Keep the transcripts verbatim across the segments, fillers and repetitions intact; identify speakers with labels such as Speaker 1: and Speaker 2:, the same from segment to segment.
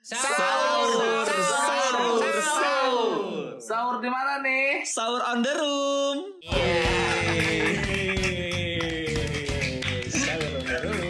Speaker 1: Sahur, sahur, sahur.
Speaker 2: Sahur di mana nih?
Speaker 1: Sahur on the room.
Speaker 3: Yeay. Sahur on the room.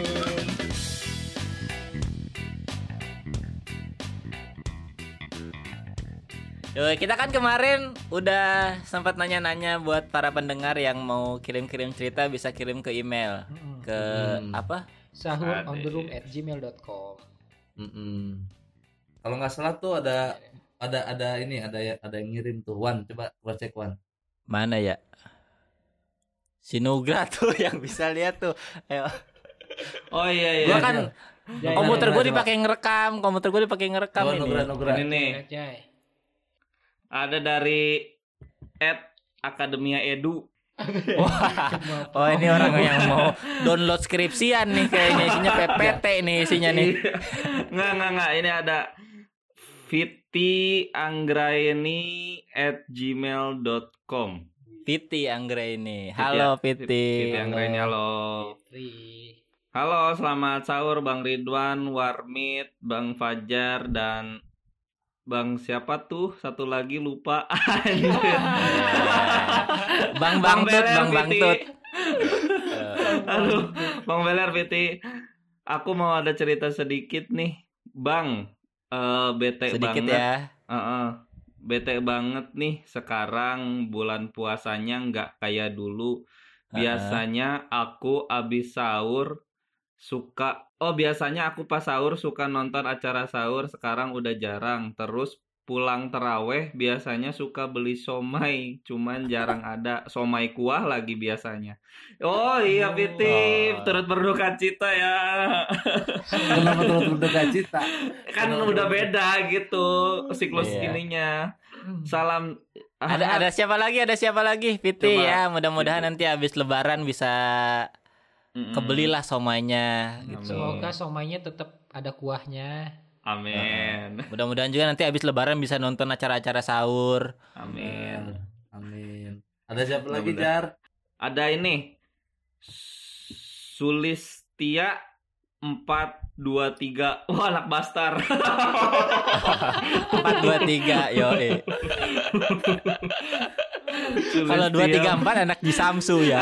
Speaker 4: Yo, kita kan kemarin udah sempat nanya-nanya buat para pendengar yang mau kirim-kirim cerita bisa kirim ke email
Speaker 3: Mm-mm.
Speaker 4: ke
Speaker 2: Hmm.
Speaker 4: apa?
Speaker 3: Sahur on the room at gmail dot com.
Speaker 2: Mm-mm. Kalau nggak salah tuh ada ada ada ini ada ada yang ngirim tuh. Wan, coba gua cek Wan.
Speaker 4: Mana ya? Si Nugra tuh yang bisa lihat tuh. Ayo.
Speaker 1: Oh iya iya.
Speaker 4: Gua kan
Speaker 3: Jai,
Speaker 4: komputer
Speaker 2: Nugra,
Speaker 4: gue
Speaker 2: coba.
Speaker 4: dipakai ngerekam, komputer gue dipakai ngerekam
Speaker 2: Coba
Speaker 4: ini.
Speaker 2: Nugra Nugra.
Speaker 1: Ini nih
Speaker 3: Jai.
Speaker 1: ada dari at Akademia Edu.
Speaker 4: Oh, ini orang yang mau download skripsian nih kayaknya isinya P P T nih isinya nih.
Speaker 1: Nggak nggak nggak. Ini ada Fiti Anggraini at gmail dot com.
Speaker 4: Piti Anggraini. Halo Piti.
Speaker 1: Fiti Anggraini halo.
Speaker 3: Fitri.
Speaker 1: Halo, selamat sahur Bang Ridwan, Warmit, Bang Fajar, dan Bang siapa tuh? Satu lagi lupa.
Speaker 4: Bang Bangtut,
Speaker 1: Beler,
Speaker 4: Bang
Speaker 1: Fiti.
Speaker 4: Bangtut.
Speaker 1: Aduh, Bang Beler Fiti. Aku mau ada cerita sedikit nih, Bang. Eh bete
Speaker 4: Sedikit
Speaker 1: banget.
Speaker 4: ya.
Speaker 1: Heeh. Bete banget nih sekarang bulan puasanya nggak kayak dulu. Biasanya aku abis sahur suka oh biasanya aku pas sahur suka nonton acara sahur, sekarang udah jarang. Terus pulang teraweh biasanya suka beli somai, cuman jarang ada somai kuah lagi biasanya. Oh iya Fiti,
Speaker 4: Oh.
Speaker 1: turut berduka cita ya.
Speaker 2: Kenapa turut berduka cita?
Speaker 1: Kan udah beda gitu siklus
Speaker 4: Iya.
Speaker 1: ininya. Salam
Speaker 4: Ada ada siapa lagi? Ada siapa lagi? Piti
Speaker 1: Coba.
Speaker 4: ya. Mudah-mudahan nanti habis lebaran bisa
Speaker 1: Mm-mm.
Speaker 4: kebelilah somainya gitu.
Speaker 3: Semoga somainya tetap ada kuahnya.
Speaker 1: Amin.
Speaker 4: Mudah-mudahan juga nanti habis lebaran bisa nonton acara-acara sahur.
Speaker 1: Amin.
Speaker 2: Amin. Ada siapa lagi,
Speaker 1: Mudah-mudahan.
Speaker 2: Jar?
Speaker 1: Ada ini Sulistia empat dua tiga. Wah, anak Bastar.
Speaker 4: empat dua tiga yo. Kalau dua tiga empat anak di Samsu ya.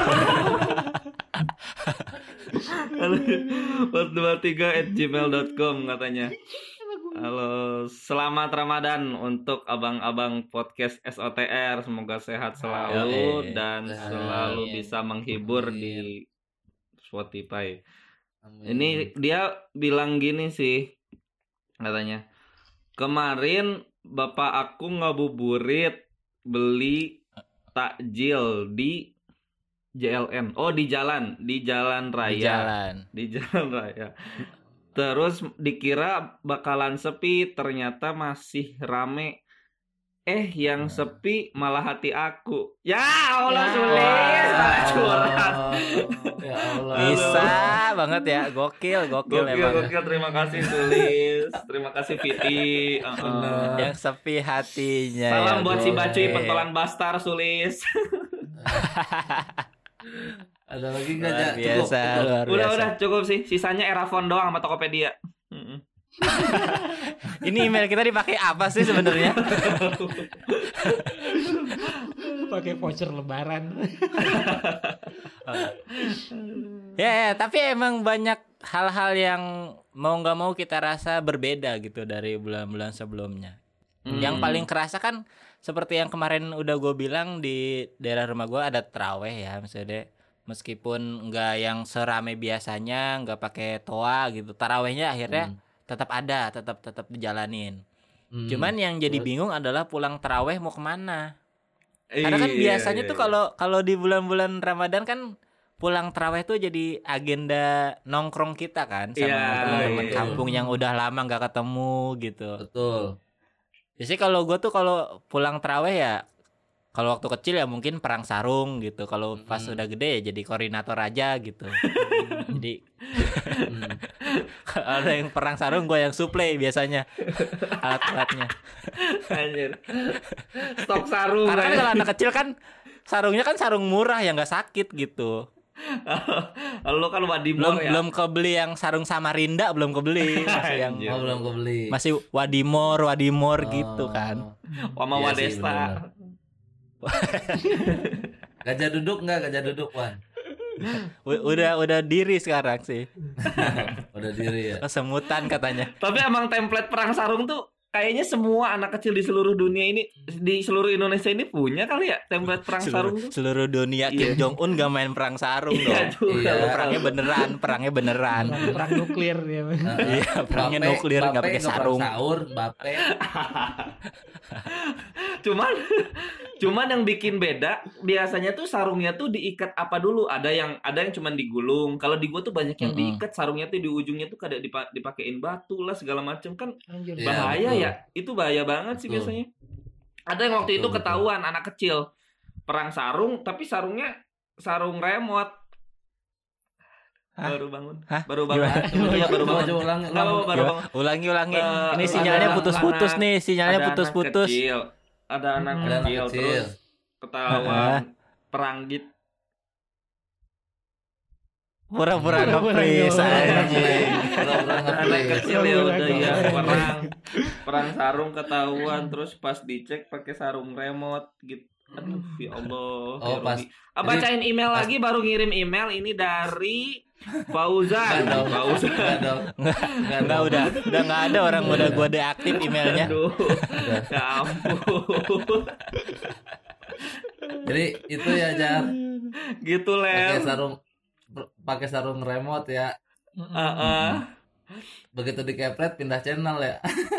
Speaker 1: empat dua tiga at gmail dot com katanya. Halo, selamat Ramadan untuk abang-abang podcast S O T R. Semoga sehat selalu
Speaker 4: Amin.
Speaker 1: dan
Speaker 2: Amin.
Speaker 1: selalu bisa menghibur
Speaker 2: Amin.
Speaker 1: di Spotify.
Speaker 2: Amin.
Speaker 1: Ini dia bilang gini sih, katanya. Kemarin bapak aku ngabuburit beli takjil di J L N. Oh, di jalan, di jalan
Speaker 4: Di
Speaker 1: raya.
Speaker 4: jalan.
Speaker 1: Di jalan raya. Terus dikira bakalan sepi, ternyata masih rame. Eh, yang sepi malah hati aku. Ya Allah,
Speaker 3: Ya.
Speaker 1: sulit.
Speaker 2: Ya
Speaker 1: Curhat.
Speaker 2: Allah. Ya Allah.
Speaker 4: Bisa banget ya. Gokil, gokil,
Speaker 1: Gokil,
Speaker 4: emang.
Speaker 1: gokil. Terima kasih Sulis. Terima kasih Fiti. Uh-uh.
Speaker 2: Benar.
Speaker 4: Yang sepi hatinya.
Speaker 1: Salam
Speaker 4: ya,
Speaker 1: buat si
Speaker 4: gokil.
Speaker 1: Bacuy pentolan Bastar Sulis.
Speaker 2: Ada lagi nggak,
Speaker 4: Luar
Speaker 2: Jar?
Speaker 4: biasa,
Speaker 2: Cukup.
Speaker 4: luar
Speaker 1: Udah
Speaker 4: biasa.
Speaker 1: udah cukup sih. Sisanya Erafon doang sama Tokopedia. Mm-mm.
Speaker 4: Ini email kita dipakai apa sih sebenarnya?
Speaker 3: Pakai voucher lebaran.
Speaker 4: Ya, ya, tapi emang banyak hal-hal yang mau nggak mau kita rasa berbeda gitu dari bulan-bulan sebelumnya.
Speaker 1: Hmm.
Speaker 4: Yang paling kerasa kan seperti yang kemarin udah gue bilang di daerah rumah gue ada terawih ya, maksudnya meskipun nggak yang serame biasanya, nggak pakai toa gitu, tarawihnya akhirnya
Speaker 2: Hmm.
Speaker 4: tetap ada, tetap tetap dijalanin.
Speaker 2: Hmm.
Speaker 4: Cuman yang jadi
Speaker 2: Terus?
Speaker 4: bingung adalah pulang tarawih mau kemana? Karena kan
Speaker 1: Iya,
Speaker 4: biasanya
Speaker 1: iya,
Speaker 4: tuh
Speaker 1: iya.
Speaker 4: kalau kalau di bulan-bulan Ramadan kan pulang tarawih tuh jadi agenda nongkrong kita kan sama
Speaker 1: Iya,
Speaker 4: teman-teman
Speaker 1: iya.
Speaker 4: kampung yang udah lama nggak ketemu gitu.
Speaker 2: Betul.
Speaker 4: Jadi kalau gue tuh kalau pulang tarawih ya kalau waktu kecil ya mungkin perang sarung gitu. Kalau pas
Speaker 2: Mm-mm.
Speaker 4: udah gede ya jadi koordinator aja gitu. Jadi
Speaker 2: Hmm.
Speaker 4: ada yang perang sarung gue yang suplai biasanya alat-alatnya.
Speaker 1: Anjir. Stok sarung.
Speaker 4: Karena kan
Speaker 1: anjir.
Speaker 4: kalau anak kecil kan sarungnya kan sarung murah yang nggak sakit gitu.
Speaker 1: Kalau lu kan
Speaker 4: Belum
Speaker 1: Wadimor ya.
Speaker 4: belum kebeli yang sarung Samarinda, belum kebeli. Masih yang
Speaker 1: Anjir.
Speaker 2: Oh, belum kebeli.
Speaker 4: masih Wadimor, Wadimor
Speaker 2: Oh.
Speaker 4: gitu kan.
Speaker 1: Sama
Speaker 2: Iya sih,
Speaker 1: Wadesta.
Speaker 2: bener-bener. Gajah duduk enggak gajah duduk, Wan?
Speaker 4: U- udah udah diri sekarang sih.
Speaker 2: Udah diri ya.
Speaker 4: Kesemutan katanya.
Speaker 1: Tapi emang template perang sarung tuh kayaknya semua anak kecil di seluruh dunia ini, di seluruh Indonesia ini punya kali ya template perang sarung
Speaker 4: Seluruh,
Speaker 1: tuh.
Speaker 4: seluruh dunia Kim
Speaker 1: Iya.
Speaker 4: Jong Un gak main perang sarung
Speaker 1: Iya
Speaker 4: dong.
Speaker 1: juga.
Speaker 2: Iya.
Speaker 4: Perangnya beneran, perangnya beneran.
Speaker 3: Perang, perang nuklir dia.
Speaker 4: Iya, perangnya
Speaker 2: Bape-
Speaker 4: nuklir nggak
Speaker 2: Bape
Speaker 4: pakai
Speaker 2: nggak
Speaker 4: sarung.
Speaker 2: perang sahur, Bape.
Speaker 1: Cuman cuman yang bikin beda biasanya tuh sarungnya tuh diikat apa dulu? Ada yang ada yang cuman digulung. Kalau di gua tuh banyak yang
Speaker 4: Mm-mm.
Speaker 1: diikat sarungnya tuh di ujungnya tuh kayak dipa- dipakein batu lah segala macam kan
Speaker 3: Anjir.
Speaker 2: Iya,
Speaker 1: bahaya
Speaker 2: betul.
Speaker 1: ya. Itu bahaya banget sih
Speaker 2: Betul.
Speaker 1: biasanya. Ada yang waktu
Speaker 2: Betul,
Speaker 1: itu
Speaker 2: betul.
Speaker 1: ketahuan anak kecil perang sarung tapi sarungnya sarung remote.
Speaker 4: Hah?
Speaker 1: Baru bangun.
Speaker 4: Hah?
Speaker 1: Baru bangun.
Speaker 4: Gimana?
Speaker 1: Iya, baru
Speaker 2: Coba
Speaker 1: bangun.
Speaker 2: coba ulang.
Speaker 1: Enggak apa-apa, baru
Speaker 4: Gimana?
Speaker 1: bangun.
Speaker 4: Ulangi ulangi.
Speaker 1: Eh,
Speaker 4: Ini
Speaker 1: ada
Speaker 4: sinyalnya
Speaker 1: anak-
Speaker 4: putus-putus
Speaker 1: anak-
Speaker 4: nih, sinyalnya
Speaker 1: Ada
Speaker 4: putus-putus.
Speaker 1: anak kecil. Ada anak
Speaker 3: Hmm.
Speaker 2: Ada anak
Speaker 1: kecil,
Speaker 2: kecil.
Speaker 1: terus ketahuan perang gitu.
Speaker 4: Pura-pura
Speaker 3: Pura-pura
Speaker 4: nge-freeze
Speaker 3: nge-freeze.
Speaker 4: anjing.
Speaker 2: Pura-pura
Speaker 1: Anak
Speaker 2: nge-freeze.
Speaker 1: kecil ya udah ya
Speaker 3: Pura-pura.
Speaker 1: perang perang sarung ketahuan terus pas dicek pakai sarung remote gitu. Aduh, ya Allah.
Speaker 2: Oh,
Speaker 1: ya
Speaker 2: pas-
Speaker 1: Robi. Ah,
Speaker 2: jadi
Speaker 1: bacain email
Speaker 2: pas-
Speaker 1: lagi baru ngirim email ini dari Fauzan.
Speaker 2: Enggak dong.
Speaker 1: Fauzan.
Speaker 2: Enggak dong. Enggak
Speaker 4: Enggak
Speaker 2: dong.
Speaker 4: udah, udah enggak ada orang udah gua deaktif emailnya.
Speaker 1: Aduh. Ya ampun.
Speaker 2: Jadi itu ya Jar,
Speaker 1: Gitu,
Speaker 2: pakai
Speaker 1: Lem.
Speaker 2: sarung pakai sarung remote ya.
Speaker 1: Heeh.
Speaker 2: Begitu dikepret pindah channel ya.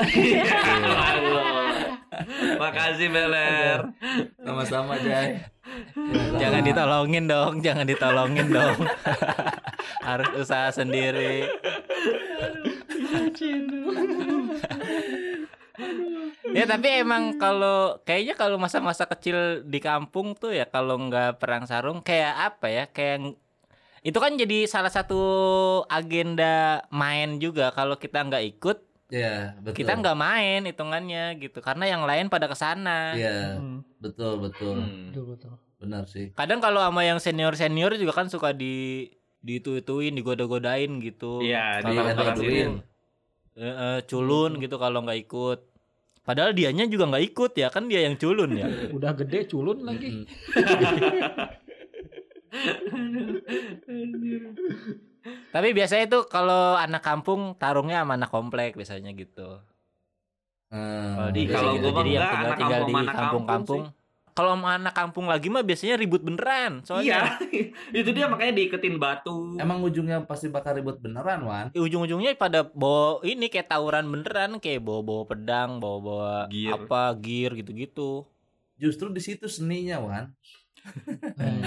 Speaker 1: Allah. Makasih Beler.
Speaker 2: Sama-sama Jay.
Speaker 4: Jangan ditolongin dong, jangan ditolongin dong. Harus usaha sendiri. Ya tapi emang kalau kayaknya kalau masa-masa kecil di kampung tuh ya kalau nggak perang sarung kayak apa ya, kayak itu kan jadi salah satu agenda main juga. Kalau kita nggak ikut,
Speaker 2: Iya, betul.
Speaker 4: kita nggak main hitungannya gitu, karena yang lain pada kesana.
Speaker 2: Iya,
Speaker 3: Hmm,
Speaker 2: betul betul.
Speaker 1: Hmm.
Speaker 3: betul betul.
Speaker 2: Benar sih.
Speaker 4: Kadang kalau sama yang senior-senior juga kan suka di ditu-ituin, digoda-godain gitu.
Speaker 1: Iya,
Speaker 4: Kalau nggak
Speaker 2: digoda-godain.
Speaker 4: ikut, eh, eh, culun gitu kalau nggak ikut. Padahal dianya juga nggak ikut ya, kan dia yang culun ya.
Speaker 3: Udah gede culun lagi.
Speaker 2: Mm-mm.
Speaker 4: Tapi biasanya itu kalau anak kampung tarungnya sama anak komplek biasanya gitu. Kalau di
Speaker 2: Hmm,
Speaker 1: kalau
Speaker 4: gitu.
Speaker 1: gua mah
Speaker 4: Jadi yang
Speaker 1: enggak,
Speaker 4: tinggal
Speaker 1: anak
Speaker 4: tinggal
Speaker 1: kampung
Speaker 4: di
Speaker 1: sama anak kampung
Speaker 4: kampung-kampung. Kalau sama anak kampung lagi mah biasanya ribut beneran.
Speaker 1: Iya,
Speaker 4: Soalnya
Speaker 1: itu dia makanya diiketin batu.
Speaker 2: emang ujungnya pasti bakal ribut beneran, Wan.
Speaker 4: ujung-ujungnya pada bawa ini kayak tawuran beneran, kayak bawa-bawa pedang, bawa-bawa
Speaker 1: Gear.
Speaker 4: apa gear gitu-gitu.
Speaker 2: Justru di situ seninya, Wan.
Speaker 3: Hmm.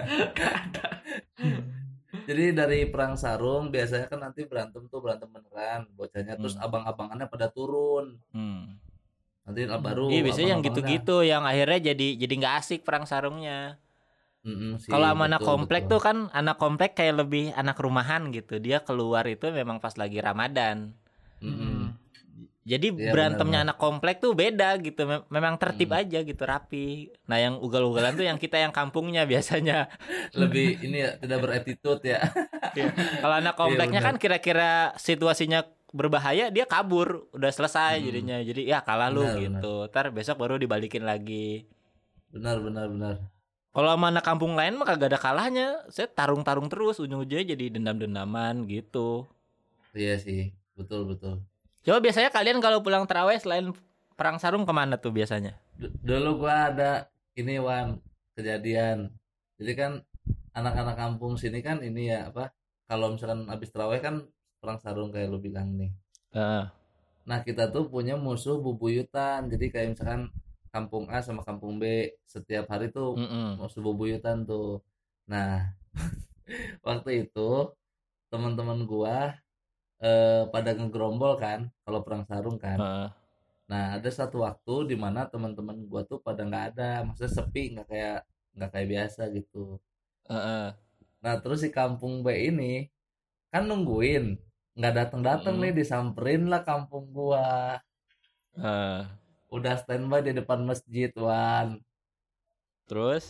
Speaker 2: Jadi dari perang sarung biasanya kan nanti berantem tuh berantem beneran bocahnya, terus
Speaker 4: Hmm.
Speaker 2: abang-abangannya pada turun.
Speaker 4: Hmm.
Speaker 2: Nanti baru
Speaker 4: Iya biasanya yang
Speaker 2: abang-abangannya.
Speaker 4: gitu-gitu yang akhirnya jadi jadi nggak asik perang sarungnya.
Speaker 2: Mm-mm sih,
Speaker 4: Kalau sama anak
Speaker 2: betul,
Speaker 4: komplek
Speaker 2: betul.
Speaker 4: tuh kan anak komplek kayak lebih anak rumahan gitu. Dia keluar itu memang pas lagi Ramadan.
Speaker 2: Mm-mm.
Speaker 4: Jadi
Speaker 2: Iya,
Speaker 4: berantemnya
Speaker 2: benar-benar.
Speaker 4: anak komplek tuh beda gitu. Mem- Memang tertib
Speaker 2: Hmm.
Speaker 4: aja gitu, rapi. Nah, yang ugal-ugalan tuh yang kita yang kampungnya biasanya.
Speaker 2: Lebih ini ya tidak beretitude ya.
Speaker 4: Kalau anak kompleknya
Speaker 2: benar.
Speaker 4: kan kira-kira situasinya berbahaya, dia kabur, udah selesai
Speaker 2: Hmm.
Speaker 4: jadinya. Jadi ya kalah lu
Speaker 2: Benar,
Speaker 4: gitu. Ntar besok baru dibalikin lagi.
Speaker 2: Benar benar benar.
Speaker 4: Kalau sama anak kampung lain mah kagak ada kalahnya. Saya tarung-tarung terus, ujung-ujungnya jadi dendam-dendaman gitu.
Speaker 2: Iya sih, betul betul.
Speaker 4: Coba biasanya kalian kalau pulang tarawih selain perang sarung kemana tuh biasanya?
Speaker 2: D- dulu gua ada ini Wan kejadian. Jadi kan anak-anak kampung sini kan ini ya apa? Kalau misalkan habis tarawih kan perang sarung kayak lu bilang nih.
Speaker 4: Heeh.
Speaker 2: Nah kita tuh punya musuh bubuyutan. Jadi kayak misalkan kampung A sama kampung B setiap hari tuh
Speaker 4: Mm-mm.
Speaker 2: musuh bubuyutan tuh. Nah waktu itu teman-teman gua eh, pada ngegerombol kan kalau perang sarung kan.
Speaker 4: Heeh.
Speaker 2: Nah ada satu waktu di mana teman-teman gua tuh pada nggak ada, maksudnya sepi, nggak kayak nggak kayak biasa gitu.
Speaker 4: Heeh.
Speaker 2: Nah terus si kampung B ini kan nungguin, nggak datang-datang
Speaker 4: Mm.
Speaker 2: nih, disamperin lah kampung gua.
Speaker 4: Heeh.
Speaker 2: Udah standby di depan masjid Wan.
Speaker 4: Terus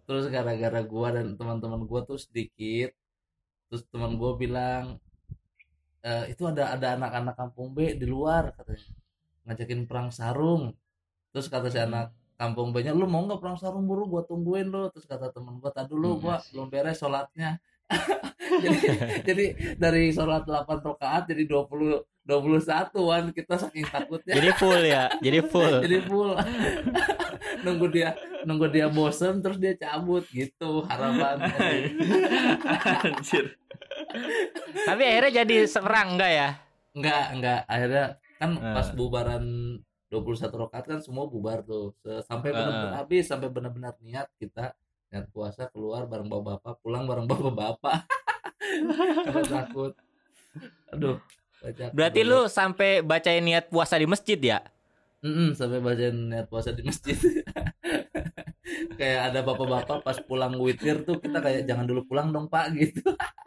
Speaker 2: Terus gara-gara gua dan teman-teman gua tuh sedikit, terus teman gua bilang, "Eh, itu ada ada anak-anak kampung B di luar," katanya, ngajakin perang sarung. Terus kata si anak kampung B-nya, "Lu mau nggak perang sarung, buru gua tungguin lu." Terus kata temen gua, "Tadi dulu
Speaker 4: Hmm,
Speaker 2: gua
Speaker 3: asik.
Speaker 2: belum beres sholatnya." jadi jadi dari sholat delapan rakaat jadi dua puluh dua puluh satu kan, kita saking takutnya.
Speaker 4: Jadi full ya, jadi full.
Speaker 2: Jadi full. nunggu dia nunggu dia bosen terus dia cabut gitu harapan.
Speaker 1: Anjir.
Speaker 4: Tapi akhirnya jadi serang enggak ya?
Speaker 2: Enggak, enggak. Akhirnya kan
Speaker 4: Eh.
Speaker 2: pas bubaran dua puluh satu rakaat kan semua bubar tuh. Se- Sampai
Speaker 4: Eh,
Speaker 2: benar-benar
Speaker 4: eh.
Speaker 2: habis, sampai benar-benar niat kita niat puasa, keluar bareng bapak-bapak, pulang bareng bapak-bapak. Karena takut. Aduh. Baca
Speaker 4: Berarti lu sampai bacain niat puasa di masjid ya?
Speaker 2: Mm-mm, sampai bacain niat puasa di masjid. Kayak ada bapak-bapak pas pulang witir tuh kita kayak jangan dulu pulang dong Pak gitu.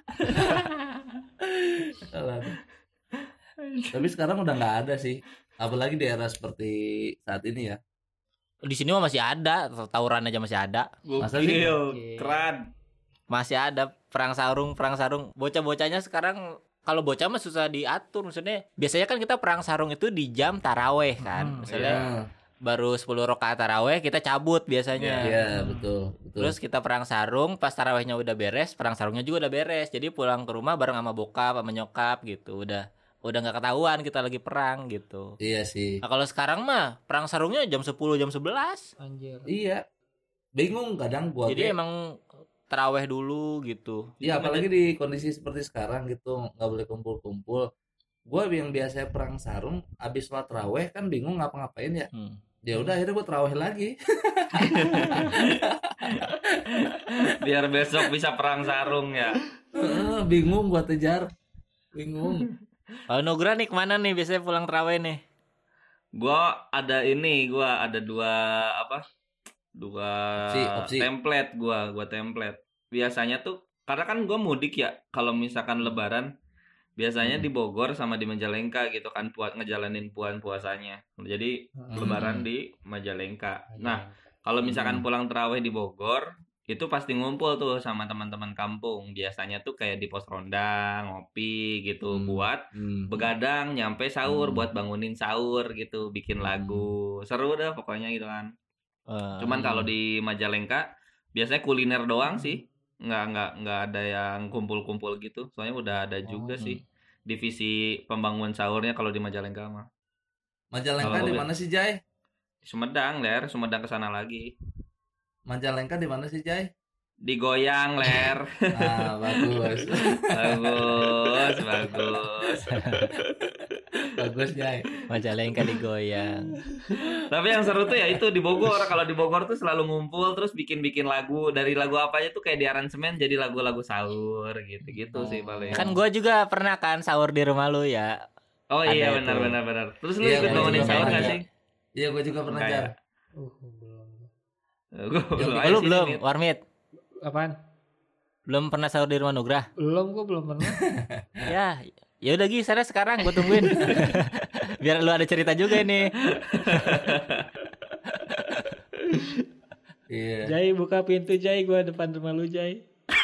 Speaker 2: Alah. Tapi sekarang udah nggak ada sih. Apalagi di era seperti saat ini ya.
Speaker 4: Di sini mah masih ada, tawuran aja masih ada.
Speaker 2: Masa sih?
Speaker 1: Gokil,
Speaker 3: Oke.
Speaker 1: keren.
Speaker 4: Masih ada perang sarung, perang sarung. Bocah-bocahnya sekarang kalau bocah mah susah diatur, maksudnya biasanya kan kita perang sarung itu di jam taraweh kan.
Speaker 3: Hmm,
Speaker 4: Misalnya
Speaker 2: Iya,
Speaker 4: baru sepuluh rakaat taraweh kita cabut biasanya.
Speaker 2: iya betul, betul.
Speaker 4: Terus kita perang sarung, pas tarawehnya udah beres, perang sarungnya juga udah beres. Jadi pulang ke rumah bareng sama bokap, sama nyokap gitu. Udah udah nggak ketahuan kita lagi perang gitu.
Speaker 2: Iya sih.
Speaker 4: Nah, kalau sekarang mah perang sarungnya jam sepuluh, jam sebelas.
Speaker 3: Anjir.
Speaker 2: Iya. Bingung kadang gua.
Speaker 4: Jadi
Speaker 2: ge.
Speaker 4: emang taraweh dulu gitu.
Speaker 2: Iya, apalagi di kondisi seperti sekarang gitu, nggak boleh kumpul-kumpul. Gua yang biasa perang sarung, abis sholat raweh kan bingung ngapa-ngapain ya.
Speaker 4: Hmm.
Speaker 2: Ya udah akhirnya gua terawih lagi.
Speaker 1: Biar besok bisa perang sarung ya.
Speaker 2: Heeh, bingung gua tejar. Bingung.
Speaker 4: Kalau Nugra nih kemana nih biasanya pulang taraweh nih?
Speaker 1: Gua ada ini, gua ada dua apa? Dua
Speaker 2: Opsi, opsi.
Speaker 1: template gua, gua template. Biasanya tuh karena kan gua mudik ya, kalau misalkan lebaran biasanya
Speaker 2: Hmm.
Speaker 1: di Bogor sama di Majalengka gitu kan buat ngejalanin puan puasanya. Jadi
Speaker 3: Hmm.
Speaker 1: lebaran di Majalengka.
Speaker 3: Iya.
Speaker 1: Nah, kalau misalkan
Speaker 2: Hmm.
Speaker 1: pulang terawih di Bogor, itu pasti ngumpul tuh sama teman-teman kampung. Biasanya tuh kayak di pos ronda, ngopi gitu
Speaker 2: Hmm.
Speaker 1: buat
Speaker 2: Hmm.
Speaker 1: begadang nyampe sahur
Speaker 2: Hmm.
Speaker 1: buat bangunin sahur gitu, bikin
Speaker 2: Hmm.
Speaker 1: lagu. Seru dah pokoknya gitu kan.
Speaker 4: Eh,
Speaker 1: Cuman kalau di Majalengka biasanya kuliner doang
Speaker 3: Hmm.
Speaker 1: sih. Nggak nggak nggak ada yang kumpul-kumpul gitu. Soalnya udah ada juga
Speaker 3: Oh.
Speaker 1: sih divisi pembangunan sahurnya kalau di Majalengka mah.
Speaker 2: Majalengka
Speaker 1: Kalau
Speaker 2: di
Speaker 1: gua-
Speaker 2: mana sih, Jai?
Speaker 1: Sumedang, Ler, Sumedang ke sana lagi.
Speaker 2: Majalengka di mana sih, Jai?
Speaker 1: Digoyang, Ler.
Speaker 2: Ah, bagus.
Speaker 1: Bagus, bagus.
Speaker 2: Bagus, Jai.
Speaker 4: Majalengka digoyang.
Speaker 1: Tapi yang seru tuh ya itu di Bogor. Kalau di Bogor tuh selalu ngumpul terus bikin-bikin lagu. Dari lagu apa aja tuh kayak di aransemen jadi lagu-lagu sahur gitu-gitu sih paling.
Speaker 4: Kan gua juga pernah kan sahur di rumah lu ya.
Speaker 1: Oh iya
Speaker 4: ada
Speaker 1: benar
Speaker 4: itu.
Speaker 1: benar benar. Terus lu
Speaker 2: Iya,
Speaker 1: ikut
Speaker 2: gua
Speaker 1: bangunin
Speaker 2: juga
Speaker 1: sahur
Speaker 2: pernah
Speaker 1: nggak
Speaker 2: ya.
Speaker 1: sih?
Speaker 2: Iya, gue juga pernah,
Speaker 1: Kayak-
Speaker 2: Jar.
Speaker 3: Uh, belum.
Speaker 1: Gua
Speaker 2: Ya,
Speaker 1: lu
Speaker 2: Oh,
Speaker 1: aja
Speaker 4: Lu
Speaker 1: sini,
Speaker 4: belum,
Speaker 1: Mit.
Speaker 4: Warmit?
Speaker 3: Apaan?
Speaker 4: Belum pernah sahur di rumah Nugrah?
Speaker 3: Belum, gua belum pernah.
Speaker 4: Ya, ya udah Gi, sana sekarang gua tungguin. Biar lu ada cerita juga ini.
Speaker 2: Iya.
Speaker 3: Jai, buka pintu Jai, gua depan rumah lu Jai.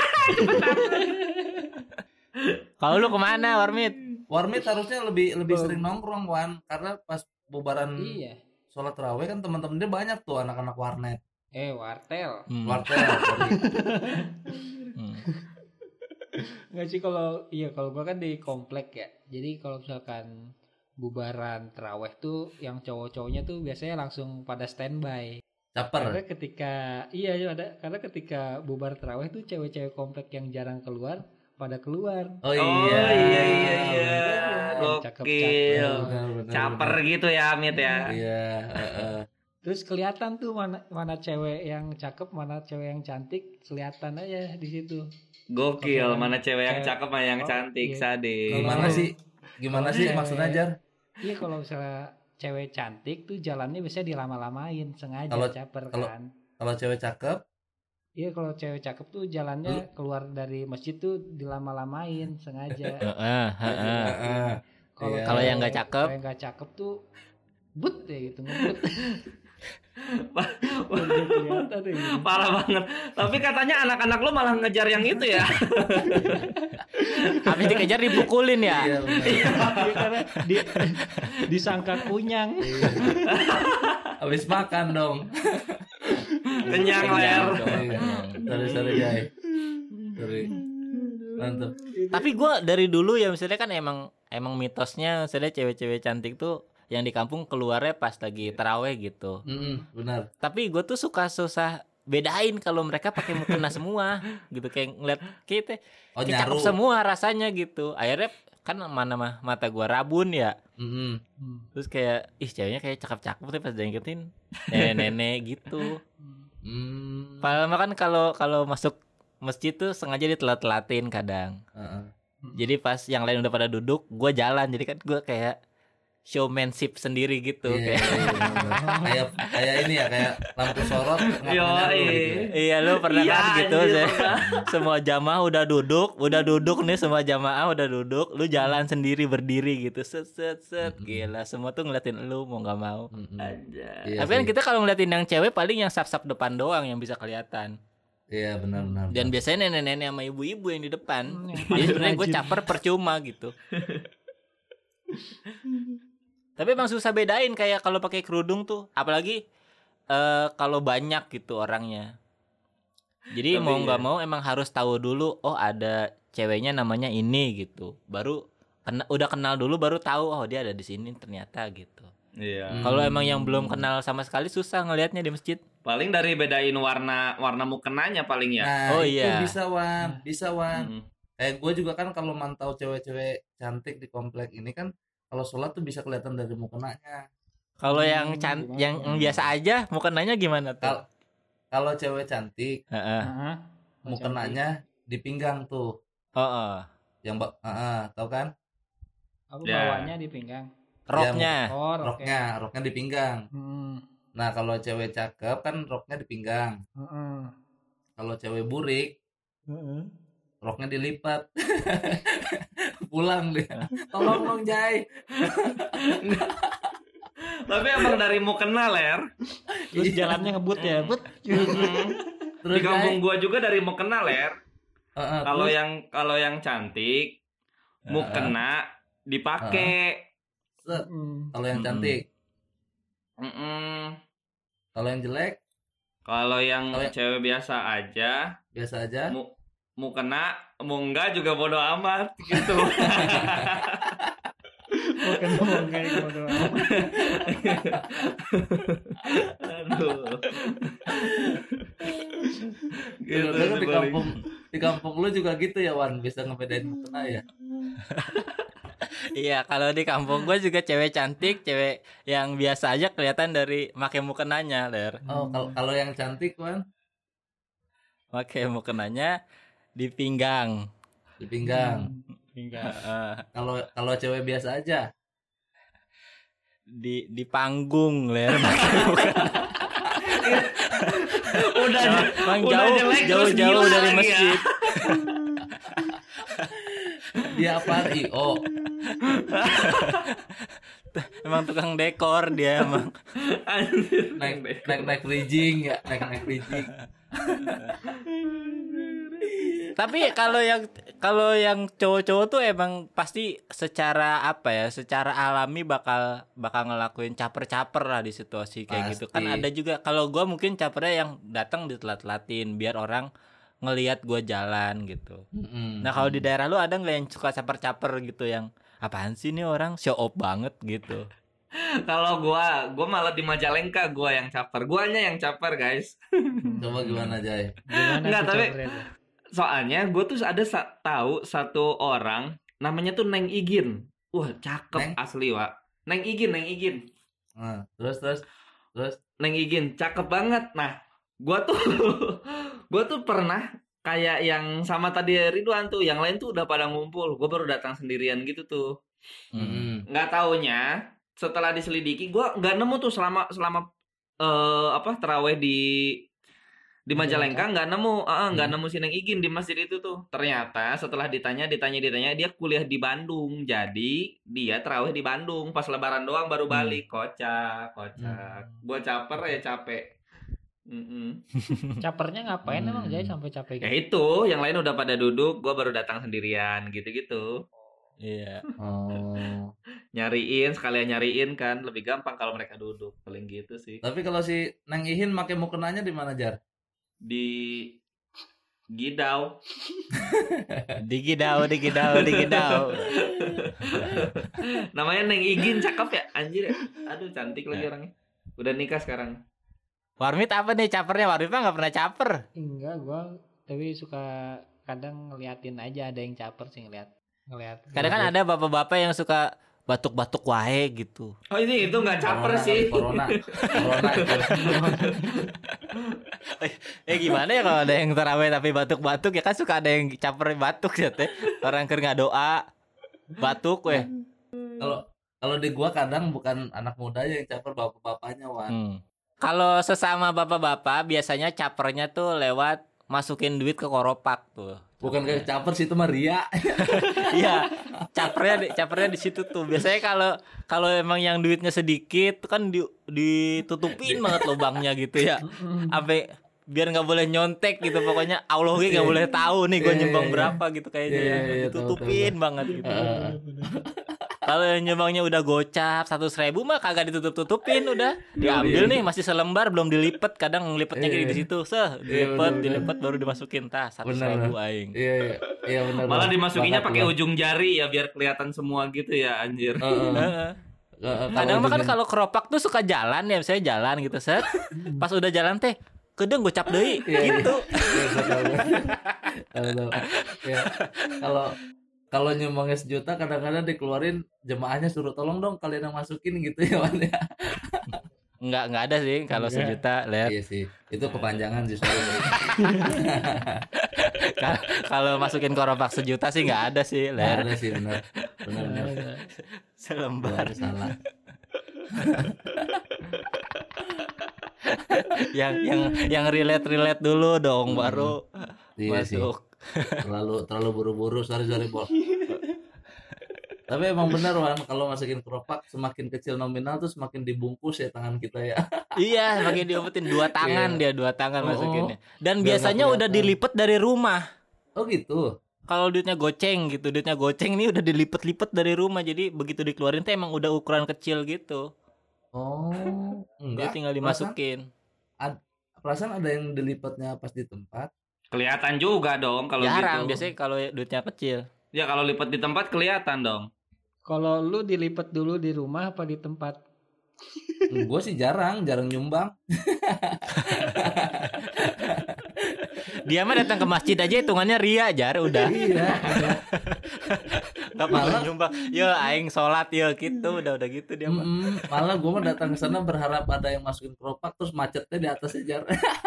Speaker 4: Kalau lu kemana, Warmit?
Speaker 2: Warmit harusnya lebih lebih
Speaker 3: Oh.
Speaker 2: sering nongkrong, Wan, karena pas bubaran
Speaker 3: Iya.
Speaker 2: sholat tarawih kan teman-teman dia banyak tuh anak-anak warnet.
Speaker 3: Eh, wartel.
Speaker 4: Hmm.
Speaker 2: Wartel. sorry.
Speaker 4: Hmm.
Speaker 3: Nggak sih kalau iya kalau gua kan di komplek ya. Jadi kalau misalkan bubaran terawih tuh yang cowok-cowoknya tuh biasanya langsung pada standby. Karena
Speaker 2: Caper.
Speaker 3: ketika iya iya ada karena ketika bubar terawih tuh cewek-cewek komplek yang jarang keluar pada keluar.
Speaker 2: Oh
Speaker 1: Oh
Speaker 2: iya.
Speaker 1: iya iya iya.
Speaker 3: Yang
Speaker 1: Gokil.
Speaker 3: cakep-cakep.
Speaker 2: Benar, benar,
Speaker 1: Caper
Speaker 2: benar.
Speaker 1: gitu ya, Mit ya.
Speaker 2: Iya, heeh.
Speaker 3: Terus kelihatan tuh mana mana cewek yang cakep, mana cewek yang cantik, kelihatan aja di situ.
Speaker 1: Gokil,
Speaker 3: Kalau
Speaker 1: mana cewek yang
Speaker 3: cewek-
Speaker 1: cakep mana yang
Speaker 3: oh,
Speaker 1: cantik,
Speaker 3: iya.
Speaker 1: sadis.
Speaker 2: Gimana
Speaker 3: Kalau-
Speaker 2: sih? Gimana
Speaker 3: kalau
Speaker 2: sih
Speaker 3: cewek-
Speaker 2: maksudnya, Jar?
Speaker 3: Iya kalau misalnya cewek cantik tuh jalannya biasanya dilama-lamain sengaja
Speaker 2: Kalau-
Speaker 3: caper
Speaker 2: kalau-
Speaker 3: kan.
Speaker 2: Kalau cewek cakep,
Speaker 3: Iya kalau cewek cakep tuh jalannya keluar dari masjid tuh dilama-lamain sengaja.
Speaker 4: Heeh, heeh.
Speaker 2: heeh.
Speaker 3: Kalau
Speaker 2: Iya.
Speaker 4: Kalau yang
Speaker 3: cewek-
Speaker 4: nggak cakep?
Speaker 3: kalau yang nggak cakep tuh but ya gitu ngebut.
Speaker 1: Pa-
Speaker 3: Udah kelihatan ya gitu.
Speaker 1: Parah banget. Tapi katanya anak-anak lo malah ngejar yang itu ya.
Speaker 4: Habis dikejar dipukulin ya.
Speaker 2: Iya benar.
Speaker 3: Iya, karena di, disangka kunyang.
Speaker 2: Habis makan dong.
Speaker 1: Kenyang ler.
Speaker 4: Kenyang dong.
Speaker 2: Iya. Sorry sorry Jai. Sorry. Mantap.
Speaker 4: Tapi gue dari dulu ya misalnya kan emang emang mitosnya misalnya cewek-cewek cantik tuh yang di kampung keluarnya pas lagi taraweh gitu.
Speaker 2: Mm-mm, benar.
Speaker 4: Tapi gue tuh suka susah bedain kalau mereka pakai mukena semua gitu, kayak ngeliat kita
Speaker 2: Oh
Speaker 4: kayak cakep
Speaker 2: nyaru.
Speaker 4: semua rasanya gitu. Akhirnya kan mana mah mata gue rabun ya.
Speaker 2: Mm-mm.
Speaker 4: Terus kayak ih ceweknya kayak cakep-cakep tapi pas diingetin nenek-nenek gitu.
Speaker 2: Hmm.
Speaker 4: Padahal mah kan kalau kalau masuk masjid tuh sengaja ditelat-telatin kadang.
Speaker 2: Heeh.
Speaker 4: Jadi pas yang lain udah pada duduk, gue jalan. Jadi kan gue kayak showmanship sendiri gitu.
Speaker 2: Iya,
Speaker 4: Kayak,
Speaker 2: iya, iya, benar. kayak kayak ini ya kayak lampu sorot tengah-tengah
Speaker 1: Yoi.
Speaker 2: lu gitu ya.
Speaker 4: iya lu pernah
Speaker 1: Iya,
Speaker 4: kan gitu
Speaker 1: anjir,
Speaker 4: saya.
Speaker 1: pernah.
Speaker 4: Semua jamaah udah duduk, udah duduk nih semua jamaah udah duduk, lu jalan sendiri berdiri gitu, set set set, gila semua tuh ngeliatin lu mau nggak mau.
Speaker 2: Mm-mm.
Speaker 1: Anjay.
Speaker 2: Iya
Speaker 4: Tapi kan
Speaker 2: sih.
Speaker 4: kita kalau ngeliatin yang cewek paling yang sap-sap depan doang yang bisa kelihatan.
Speaker 2: Iya benar-benar.
Speaker 4: Dan biasanya nenek-nenek sama ibu-ibu yang di depan.
Speaker 3: Hmm, yang
Speaker 4: Jadi sebenarnya gue
Speaker 3: rajin.
Speaker 4: caper percuma gitu. Tapi emang susah bedain kayak kalau pakai kerudung tuh, apalagi eh, kalau banyak gitu orangnya. Jadi
Speaker 1: Tapi
Speaker 4: mau nggak
Speaker 1: iya.
Speaker 4: mau emang harus tahu dulu, oh ada ceweknya namanya ini gitu. Baru kena, udah kenal dulu baru tahu oh dia ada di sini ternyata gitu.
Speaker 1: Iya.
Speaker 2: Hmm.
Speaker 4: Kalau emang yang belum kenal sama sekali susah ngelihatnya di masjid.
Speaker 1: Paling dari bedain warna warna mukenanya paling ya.
Speaker 2: Nah,
Speaker 4: Oh,
Speaker 2: itu
Speaker 4: iya.
Speaker 2: bisa Wan, bisa Wan.
Speaker 1: Hmm.
Speaker 2: Eh gue juga kan kalau mantau cewek-cewek cantik di komplek ini kan kalau sholat tuh bisa kelihatan dari mukenanya.
Speaker 4: Kalau
Speaker 3: Hmm,
Speaker 4: yang can-
Speaker 3: gimana?
Speaker 4: yang yang biasa aja mukenanya gimana tuh?
Speaker 2: Kal- Kalau cewek cantik
Speaker 4: Heeh.
Speaker 3: Heeh.
Speaker 2: mukenanya di pinggang tuh.
Speaker 4: Oh, oh.
Speaker 2: Yang ba- heeh, tahu kan?
Speaker 3: Apa
Speaker 1: Ya.
Speaker 3: bawahnya di pinggang?
Speaker 4: Roknya.
Speaker 3: Oh, roknya.
Speaker 2: Roknya, roknya di pinggang.
Speaker 3: Hmm.
Speaker 2: Nah, kalau cewek cakep kan roknya di pinggang.
Speaker 3: Heeh.
Speaker 2: Kalau cewek burik,
Speaker 3: Heeh.
Speaker 2: roknya dilipat. Pulang dia. Tolong dong, Jai.
Speaker 1: Tapi emang dari mukena ler.
Speaker 3: Terus jalannya ngebut ya, but.
Speaker 1: Mm.
Speaker 2: Terus
Speaker 1: Di kampung
Speaker 2: Jai,
Speaker 1: gua juga dari mukena ler.
Speaker 2: heeh,
Speaker 1: Kalau
Speaker 2: terus,
Speaker 1: yang kalau yang cantik mukena dipakai.
Speaker 2: set.
Speaker 3: Hmm.
Speaker 2: Kalau yang
Speaker 4: Mm-mm.
Speaker 2: cantik,
Speaker 1: Mm-mm.
Speaker 2: kalau yang jelek
Speaker 1: Kalau yang
Speaker 2: Kalau yang-
Speaker 1: cewek biasa aja,
Speaker 2: biasa aja.
Speaker 1: mu mau kena, mau enggak juga bodo amat gitu.
Speaker 3: Bukan mau kayak gitu.
Speaker 1: Aduh. Gitu
Speaker 2: Dengar di
Speaker 1: paling.
Speaker 2: kampung di kampung lu juga gitu ya Wan, bisa ngebedain mukena ya.
Speaker 4: Iya, kalau di kampung gue juga cewek cantik, cewek yang biasa aja kelihatan dari make mukenanya, ler.
Speaker 2: Oh, kalau kalau yang cantik Wan
Speaker 4: Make mukenanya di pinggang.
Speaker 2: di pinggang.
Speaker 3: Pinggang.
Speaker 4: Heeh.
Speaker 2: Kalau kalau cewek biasa aja
Speaker 4: di di panggung, ler. Make mukena.
Speaker 1: Udah
Speaker 4: Emang
Speaker 1: udah
Speaker 4: jauh
Speaker 1: jelek terus
Speaker 4: jauh jauh
Speaker 1: gila
Speaker 4: dari
Speaker 1: lagi ya.
Speaker 4: masjid.
Speaker 2: dia apa I O.
Speaker 4: Emang tukang dekor dia emang.
Speaker 1: Anjir.
Speaker 2: naik naik naik bridging ya, naik naik bridging.
Speaker 4: Tapi kalau yang kalau yang cowok-cowok tuh emang pasti secara apa ya, secara alami bakal bakal ngelakuin caper-caper lah di situasi kayak gitu. Kan
Speaker 2: Pasti.
Speaker 4: ada juga kalau gua mungkin capernya yang datang ditelat-telatin biar orang ngelihat gua jalan gitu.
Speaker 2: Mm-mm.
Speaker 4: Nah kalau di daerah lu ada nggak yang suka caper-caper gitu yang apaan sih nih orang show off banget gitu?
Speaker 1: Kalau gua, gua malah di Majalengka gua yang caper. Guanya yang caper, guys.
Speaker 2: Coba gimana Jai?
Speaker 3: Gimana
Speaker 1: Nggak,
Speaker 3: tuh
Speaker 1: tapi-
Speaker 3: capernya tuh?
Speaker 1: Soalnya gua tuh ada sa- tahu satu orang namanya tuh Neng Igin. Wah, cakep
Speaker 2: Neng?
Speaker 1: asli, Wak. Neng Igin, Neng Igin.
Speaker 2: Nah, terus terus terus
Speaker 1: Neng Igin, cakep banget. Nah, gua tuh gua tuh pernah kayak yang sama tadi Ridwan tuh, yang lain tuh udah pada ngumpul. Gua baru datang sendirian gitu tuh.
Speaker 2: mm-mm.
Speaker 1: Nggak taunya setelah diselidiki gua nggak nemu tuh selama selama eh, apa terawih di Di Majalengka nggak nemu, ah, nggak
Speaker 2: Hmm.
Speaker 1: nemu si Neng Igin di masjid itu tuh. Ternyata setelah ditanya, ditanya, ditanya, dia kuliah di Bandung. Jadi dia terawih di Bandung. Pas Lebaran doang baru
Speaker 2: Hmm.
Speaker 1: balik. Kocak, kocak.
Speaker 2: Hmm.
Speaker 1: Gua caper ya capek. Mm-mm.
Speaker 3: Capernya ngapain
Speaker 2: Hmm.
Speaker 3: emang Jay sampai capek
Speaker 1: Ya
Speaker 3: gitu?
Speaker 1: itu, yang lain udah pada duduk, gua baru datang sendirian, gitu-gitu.
Speaker 4: Iya.
Speaker 2: Oh.
Speaker 1: Nyariin, sekalian nyariin kan lebih gampang kalau mereka duduk, paling gitu sih.
Speaker 2: Tapi kalau si Neng Ihin make mukenanya di mana, Jar?
Speaker 1: Di Gidau.
Speaker 4: Digidau, digidau, digidau.
Speaker 1: Namanya Neng Igin, cakep ya, anjir ya. Aduh, cantik lagi orangnya. Udah nikah sekarang.
Speaker 4: Warmit apa nih capernya? Warmit mah nggak pernah caper.
Speaker 3: Enggak, gua tapi suka kadang ngeliatin aja ada yang caper sih ngeliat ngeliat.
Speaker 4: Kadang kan ada bapak-bapak yang suka batuk-batuk wae gitu.
Speaker 1: Oh ini itu nggak caper
Speaker 2: Corona
Speaker 1: sih.
Speaker 2: kali, Corona. Corona itu.
Speaker 4: Eh gimana ya kalau ada yang taraweh tapi batuk-batuk ya kan suka ada yang caper batuk ya teh. Orang keur ngadoa batuk weh.
Speaker 2: Kalau kalau di gua kadang bukan anak mudanya yang caper, bapak-bapaknya, Wan.
Speaker 4: Hmm. Kalau sesama bapak-bapak biasanya capernya tuh lewat masukin duit ke koropak tuh.
Speaker 2: Bukan kayak caper sih, itu mah ria.
Speaker 4: Iya, capernya di, capernya di situ tuh. Biasanya kalau kalau emang yang duitnya sedikit tuh kan di, ditutupin banget lubangnya gitu ya. Sampai biar nggak boleh nyontek gitu, pokoknya Allah nggak
Speaker 2: Iya.
Speaker 4: boleh tahu nih gue
Speaker 2: Iya,
Speaker 4: nyumbang
Speaker 2: iya,
Speaker 4: berapa gitu kayaknya
Speaker 2: Iya,
Speaker 4: ya.
Speaker 2: iya, iya, tahu,
Speaker 4: Ditutupin banget gitu.
Speaker 2: Heeh.
Speaker 4: Kalau yang nyumbangnya udah gocap seratus ribu mah kagak ditutup-tutupin, udah diambil nih masih selembar belum dilipet, kadang ngelipetnya
Speaker 2: Iya,
Speaker 4: gini di
Speaker 2: iya.
Speaker 4: situ, seh
Speaker 2: Iya,
Speaker 4: dilipet,
Speaker 2: bener, bener.
Speaker 4: dilipet baru dimasukin tas seratus
Speaker 2: Bener,
Speaker 4: ribu
Speaker 2: bener.
Speaker 4: aing.
Speaker 2: Iya, iya, iya benar.
Speaker 1: Malah
Speaker 2: Wan.
Speaker 1: dimasukinnya
Speaker 2: Bakat
Speaker 1: pakai
Speaker 2: gua.
Speaker 1: ujung jari ya biar kelihatan semua gitu ya, anjir.
Speaker 2: Heeh.
Speaker 4: Heeh.
Speaker 2: Heeh,
Speaker 4: Kadang mah kan
Speaker 2: ujungnya-
Speaker 4: kalau keropak tuh suka jalan ya, misalnya jalan gitu set. Pas udah jalan teh, kedeng gocap deui
Speaker 2: Iya, iya.
Speaker 4: gitu.
Speaker 2: Iya, gua tahu, gua. Tahu, tahu. Iya. Kalau kalau nyumbangnya sejuta kadang-kadang dikeluarin jemaahnya suruh tolong dong kalian yang masukin gitu ya, Wan. ya.
Speaker 4: Enggak enggak ada sih kalau
Speaker 3: Enggak.
Speaker 4: sejuta, lihat.
Speaker 2: Iya sih. Itu kepanjangan sih soalnya.
Speaker 4: Ka- Kalau masukin keropak sejuta sih enggak ada sih,
Speaker 2: Nggak
Speaker 4: lihat.
Speaker 2: ada sih, benar. Benar, benar. Gua
Speaker 4: Selembar
Speaker 2: ada salah.
Speaker 4: yang yang yang relate-relate dulu dong
Speaker 2: Hmm.
Speaker 4: baru
Speaker 2: Iya sih.
Speaker 4: masuk.
Speaker 2: Terlalu terlalu buru-buru, sorry sorry Bol. Tapi emang benar, Wan, kalau masukin keropak semakin kecil nominal tuh semakin dibungkus ya tangan kita ya.
Speaker 4: Iya, makin diumpetin dua tangan
Speaker 2: Iya.
Speaker 4: dia, dua tangan
Speaker 2: Oh,
Speaker 4: masukinnya. Dan
Speaker 2: biar
Speaker 4: biasanya
Speaker 2: nggak
Speaker 4: udah
Speaker 2: kelihatan.
Speaker 4: dilipet dari rumah.
Speaker 2: Oh gitu.
Speaker 4: Kalau duitnya goceng gitu, duitnya goceng nih udah dilipet-lipet dari rumah. Jadi begitu dikeluarin tuh emang udah ukuran kecil gitu.
Speaker 2: Oh,
Speaker 4: Dia
Speaker 2: enggak.
Speaker 4: tinggal
Speaker 2: Perasaan,
Speaker 4: dimasukin.
Speaker 2: perasaan ada yang dilipatnya pas di tempat.
Speaker 1: Kelihatan juga dong kalau
Speaker 4: Jarang
Speaker 1: gitu.
Speaker 4: biasanya kalau duitnya kecil.
Speaker 1: Ya kalau lipat di tempat kelihatan dong.
Speaker 3: Kalau lu dilipet dulu di rumah apa di tempat?
Speaker 2: Gue sih jarang, jarang nyumbang.
Speaker 4: Dia mah datang ke masjid aja hitungannya ria jar udah.
Speaker 2: Iya.
Speaker 4: Enggak pernah
Speaker 2: Malah-
Speaker 4: nyumbang. Yo aing salat yo gitu, udah udah gitu dia mah.
Speaker 2: Mm-mm. Malah gue mah datang ke sana berharap ada yang masukin keropak terus macetnya di atasnya jar.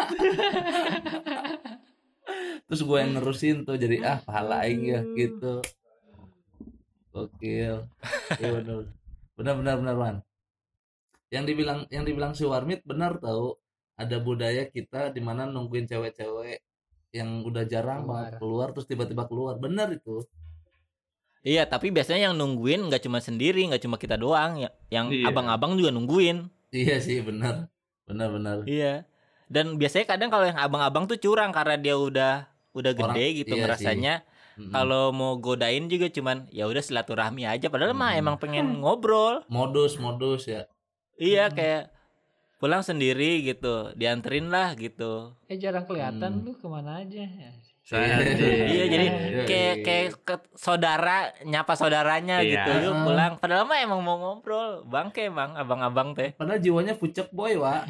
Speaker 2: Terus gue yang nerusin tuh jadi ah pahala aing ya gitu. Gokil. Iya benar. Benar benar benar Wan. Yang dibilang yang dibilang si Warmit benar tahu. Ada budaya kita di mana nungguin cewek-cewek yang udah jarang
Speaker 3: Keluar.
Speaker 2: banget keluar terus tiba-tiba keluar. Benar itu.
Speaker 4: Iya, tapi biasanya yang nungguin nggak cuma sendiri, nggak cuma kita doang, ya, yang
Speaker 1: Iya.
Speaker 4: abang-abang juga nungguin.
Speaker 2: Iya sih benar. Benar benar.
Speaker 4: Iya. Dan biasanya kadang kalau yang abang-abang tuh curang karena dia udah udah gede
Speaker 2: Orang-
Speaker 4: gitu
Speaker 2: iya
Speaker 4: ngerasanya.
Speaker 2: Mm-mm.
Speaker 4: Kalau mau godain juga cuman ya udah silaturahmi aja. Padahal mah
Speaker 2: Hmm.
Speaker 4: emang pengen ngobrol.
Speaker 2: modus modus ya.
Speaker 4: Iya
Speaker 3: Hmm.
Speaker 4: kayak pulang sendiri gitu, dianterin lah gitu.
Speaker 3: Eh jarang kelihatan
Speaker 2: Hmm.
Speaker 3: lu kemana aja. Ya.
Speaker 1: Saya
Speaker 4: Iya jadi
Speaker 2: Iya,
Speaker 4: kayak
Speaker 2: iya.
Speaker 4: kayak ke saudara nyapa saudaranya
Speaker 1: Iya.
Speaker 4: gitu. Yuk
Speaker 2: Ah.
Speaker 4: pulang. Padahal mah emang mau ngobrol. Bangke emang abang-abang teh.
Speaker 2: Padahal jiwanya pucek boy, Wak.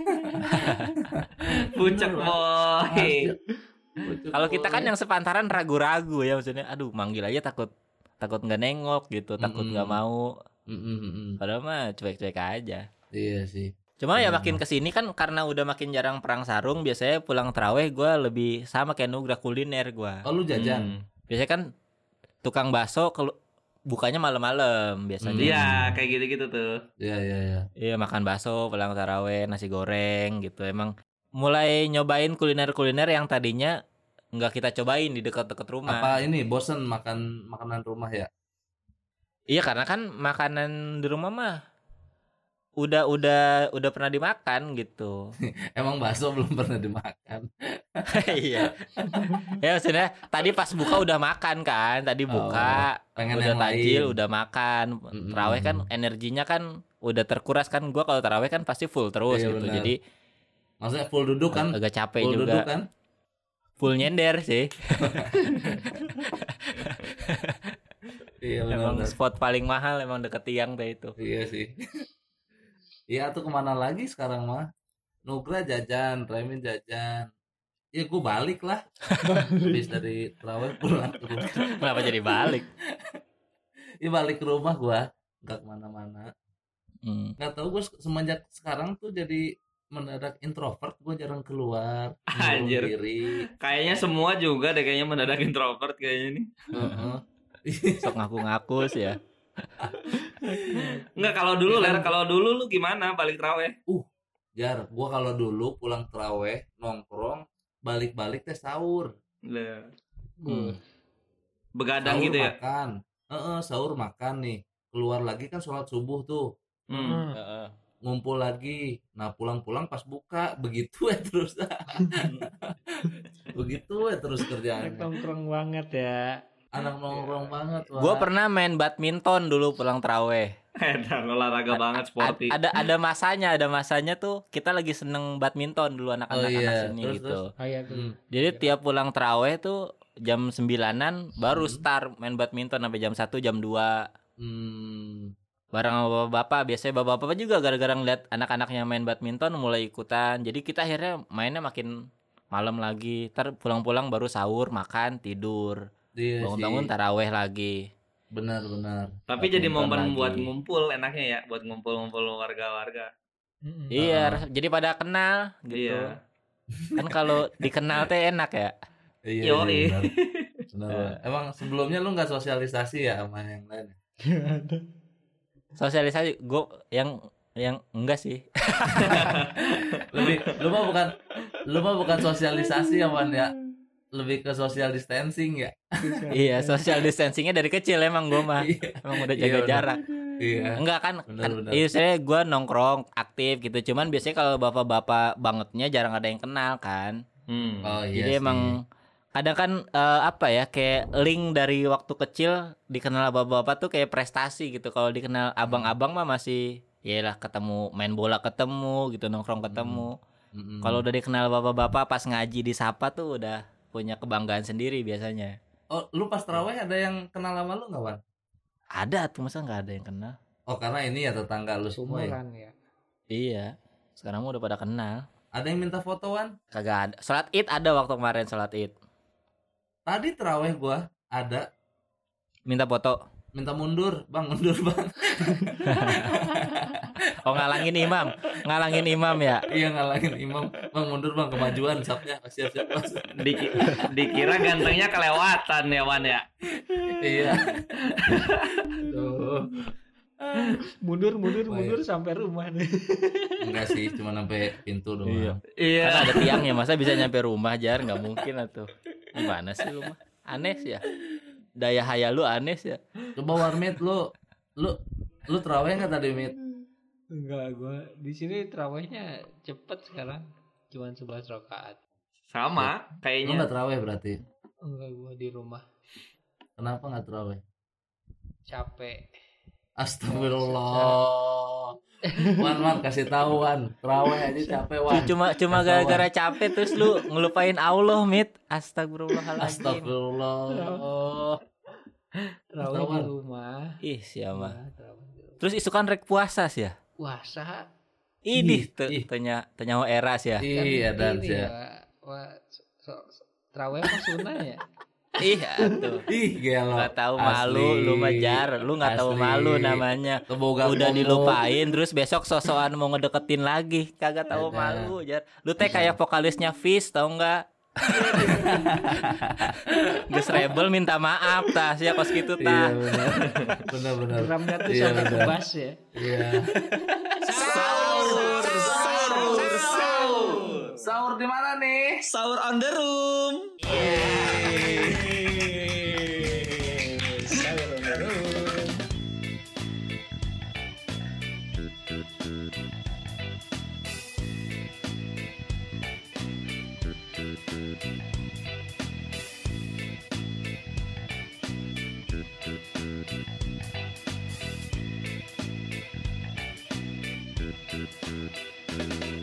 Speaker 1: pucek
Speaker 2: Bener,
Speaker 1: boy.
Speaker 2: Pucek
Speaker 4: Kalau kita kan
Speaker 2: boy.
Speaker 4: yang sepantaran ragu-ragu ya maksudnya. Aduh manggil aja takut takut nggak nengok gitu, takut
Speaker 2: Mm-mm.
Speaker 4: nggak mau.
Speaker 2: Mm-mm, mm-mm.
Speaker 4: Padahal mah cuek-cuek aja.
Speaker 2: Iya sih.
Speaker 4: Cuma ya
Speaker 2: Benar.
Speaker 4: makin kesini kan karena udah makin jarang perang sarung, biasanya pulang terawih gue lebih sama kayak Nugra kuliner gue.
Speaker 2: Oh lu jajan.
Speaker 1: Hmm.
Speaker 4: Biasanya kan tukang bakso kelu- bukanya malam-malam biasanya.
Speaker 2: Hmm.
Speaker 1: Iya, kayak gitu-gitu tuh.
Speaker 2: Iya iya iya.
Speaker 4: Iya makan bakso pulang taraweh, nasi goreng gitu. Emang mulai nyobain kuliner-kuliner yang tadinya nggak kita cobain di dekat-dekat rumah.
Speaker 2: Apa ini bosen makan makanan rumah ya?
Speaker 4: Iya, karena kan makanan di rumah mah udah udah udah pernah dimakan gitu.
Speaker 2: Emang bakso belum pernah dimakan.
Speaker 4: Iya. Ya maksudnya tadi pas buka udah makan kan, tadi buka
Speaker 2: Oh, pengen
Speaker 4: udah
Speaker 2: yang
Speaker 4: tajil,
Speaker 2: lain.
Speaker 4: udah makan.
Speaker 2: Mm-mm.
Speaker 4: Taraweh kan energinya kan udah terkuras kan. Gua kalau taraweh kan pasti full terus
Speaker 2: Iya,
Speaker 4: gitu.
Speaker 2: benar.
Speaker 4: Jadi
Speaker 2: Maksudnya full duduk kan?
Speaker 4: agak capek
Speaker 2: Full
Speaker 4: juga.
Speaker 2: duduk kan?
Speaker 4: Full nyender sih.
Speaker 2: Iya
Speaker 4: Emang
Speaker 2: benar.
Speaker 4: spot paling mahal emang deket tiang teh itu.
Speaker 2: Iya sih. Iya tuh kemana lagi sekarang mah? Nugra jajan, Remin jajan. Ya gue balik lah. Habis dari terawih pulang ke rumah.
Speaker 4: Kenapa jadi balik?
Speaker 2: Ya balik ke rumah gue, nggak kemana-mana.
Speaker 4: Hmm.
Speaker 2: Nggak tahu gue semenjak sekarang tuh jadi mendadak introvert, gue jarang keluar, mengurung
Speaker 1: Anjir.
Speaker 2: diri.
Speaker 1: Kayaknya semua juga deh kayaknya mendadak introvert kayaknya nih.
Speaker 2: Heeh.
Speaker 4: Sok ngaku-ngaku sih ya.
Speaker 1: Enggak, kalau dulu Ler, kalau dulu lu gimana balik terawih?
Speaker 2: Jar, gue kalau dulu pulang terawih nongkrong, balik-balik teh sahur.
Speaker 1: Lah,
Speaker 4: Hmm.
Speaker 1: begadang
Speaker 2: Sahur
Speaker 1: gitu ya.
Speaker 2: makan. Heeh, sahur makan nih. Keluar lagi kan sholat subuh tuh.
Speaker 1: Hmm.
Speaker 4: Heeh.
Speaker 2: Ngumpul lagi. Nah, pulang-pulang pas buka begitu ya terus. Begitu ya terus
Speaker 3: Anak
Speaker 2: kerjaannya.
Speaker 3: nongkrong banget ya.
Speaker 2: Anak nongkrong banget. Wah.
Speaker 4: Gue pernah main badminton dulu pulang teraweh.
Speaker 1: Edan olahraga banget, sporty.
Speaker 4: Ada ada masanya, ada masanya tuh kita lagi seneng badminton dulu anak-anak
Speaker 2: Oh, iya.
Speaker 4: anak sini
Speaker 2: Terus,
Speaker 4: gitu.
Speaker 3: Oh iya tuh.
Speaker 2: Hmm.
Speaker 4: Jadi tiap pulang teraweh tuh jam sembilanan baru
Speaker 2: Hmm.
Speaker 4: start main badminton sampai jam satu jam dua
Speaker 2: Hmm.
Speaker 4: bareng sama bapak-bapak. Biasanya bapak-bapak juga gara-gara ngeliat anak-anaknya main badminton mulai ikutan. Jadi kita akhirnya mainnya makin malam lagi. Ntar pulang-pulang baru sahur, makan, tidur.
Speaker 2: Iya
Speaker 4: Bangun-bangun
Speaker 2: sih.
Speaker 4: taraweh lagi.
Speaker 2: Benar-benar.
Speaker 1: Tapi jadi
Speaker 2: Badminton
Speaker 1: momen
Speaker 2: lagi.
Speaker 1: buat ngumpul enaknya ya, buat ngumpul-ngumpul warga-warga.
Speaker 3: Mm-mm.
Speaker 4: Iya,
Speaker 2: Ah.
Speaker 4: ras- jadi pada kenal gitu.
Speaker 1: Iya.
Speaker 4: Kan kalau dikenal teh enak ya.
Speaker 2: Iya,
Speaker 1: Yoi.
Speaker 2: iya benar. Benar. Emang sebelumnya lu nggak sosialisasi ya sama yang lain?
Speaker 4: Sosialisasi gue yang yang enggak sih.
Speaker 2: Lebih lu mah bukan lu mah bukan sosialisasi ya, Wan ya. Lebih ke social distancing ya.
Speaker 4: Iya, social distancingnya dari kecil emang gue mah.
Speaker 2: Iya.
Speaker 4: Emang udah
Speaker 2: Iya,
Speaker 4: jaga
Speaker 2: benar.
Speaker 4: jarak.
Speaker 2: Iya.
Speaker 4: Enggak kan,
Speaker 2: Benar,
Speaker 4: kan
Speaker 2: benar.
Speaker 4: iya saya gue nongkrong aktif gitu. Cuman biasanya kalau bapak-bapak bangetnya jarang ada yang kenal kan.
Speaker 1: Hmm.
Speaker 2: Oh iya.
Speaker 4: Jadi
Speaker 2: sih.
Speaker 4: emang kadang kan eh, apa ya kayak link dari waktu kecil dikenal bapak-bapak tuh kayak prestasi gitu. Kalau dikenal abang-abang mah masih yalah ketemu main bola ketemu gitu nongkrong ketemu.
Speaker 2: Mm-mm.
Speaker 4: Kalau udah dikenal bapak-bapak pas ngaji disapa tuh udah punya kebanggaan sendiri biasanya.
Speaker 2: Oh, lu pas terawih ada yang kenal sama lu nggak, Wan?
Speaker 4: Ada tuh masa nggak ada yang kenal?
Speaker 2: Oh, karena ini ya tetangga lu semua ya.
Speaker 3: Umuran ya.
Speaker 4: Iya. Sekarang mah udah pada kenal.
Speaker 2: Ada yang minta foto, Wan?
Speaker 4: Kagak ada. Salat Id ada waktu kemarin salat Id.
Speaker 2: Tadi terawih gua ada
Speaker 4: Minta foto.
Speaker 2: minta mundur, Bang, mundur, Bang.
Speaker 4: Oh ngalangin imam, ngalangin imam ya.
Speaker 2: Iya ngalangin imam, Bang, mundur, Bang, kemajuan sapnya. Siap-siap, Mas.
Speaker 1: Di- dikira gantengnya kelewatan ya Wan ya.
Speaker 2: Iya. Aduh.
Speaker 3: Mundur mundur
Speaker 2: Wah,
Speaker 3: mundur sampai rumah deh.
Speaker 2: Enggak sih, cuma sampai pintu doang.
Speaker 4: Iya.
Speaker 1: Iya.
Speaker 4: Kan ada tiangnya, masa bisa nyampe rumah jar? Nggak mungkin atuh. Gimana sih lu mah? Aneh sih ya. Daya hayal lu aneh sih ya.
Speaker 2: Coba Warmit lu lu lu terawih enggak tadi, Mit?
Speaker 3: Enggak, gua di sini terawihnya cepet sekarang. Cuman sebelas rakaat.
Speaker 1: Sama
Speaker 2: Lu
Speaker 1: kayaknya.
Speaker 2: enggak terawih berarti.
Speaker 3: Enggak, gua di rumah.
Speaker 2: Kenapa enggak terawih?
Speaker 3: Capek.
Speaker 2: Astagfirullah. Wan, Wan, kasih tahu, Wan. Terawih aja capek, Wan.
Speaker 4: Cuma cuma
Speaker 2: Kasih tahu,
Speaker 4: gara-gara
Speaker 2: Wan.
Speaker 4: capek terus lu ngelupain Allah, Mit. Astagfirullahaladzim.
Speaker 2: Astagfirullah.
Speaker 3: Terawih di
Speaker 2: Tawan.
Speaker 3: rumah.
Speaker 4: Ih, siapa?
Speaker 3: Iya, terawih di rumah.
Speaker 4: Terus isu kan rek puasa sih ya.
Speaker 3: Puasa
Speaker 4: Ini
Speaker 2: Ih,
Speaker 4: te-
Speaker 2: ih.
Speaker 4: tanya tanya eras ya.
Speaker 2: Iya, dan
Speaker 3: ini
Speaker 2: sih.
Speaker 3: ya. Wah, so, so, terawih mah sunnah ya.
Speaker 4: Iya tuh.
Speaker 2: Ih, gelo.
Speaker 4: Nggak tahu malu
Speaker 2: Asli.
Speaker 4: lu majar, lu nggak tahu
Speaker 2: Asli.
Speaker 4: malu namanya.
Speaker 2: Teboga
Speaker 4: Udah
Speaker 2: ngomong.
Speaker 4: dilupain terus besok sosokan mau ngedeketin lagi, kagak tahu
Speaker 2: Ada.
Speaker 4: malu jar. Lu teh kayak vokalisnya Fish tau nggak? Gus Rebel minta maaf tah sia kos gitu
Speaker 2: Iya,
Speaker 4: tah.
Speaker 2: benar. Benar, benar.
Speaker 3: Drumnya tuh
Speaker 2: Iya,
Speaker 3: sampai ke
Speaker 2: benar.
Speaker 3: bass ya.
Speaker 2: Iya. Sahur, sahur, sahur. Sahur
Speaker 5: on the room.
Speaker 3: Sahur on the room.
Speaker 5: Thank you.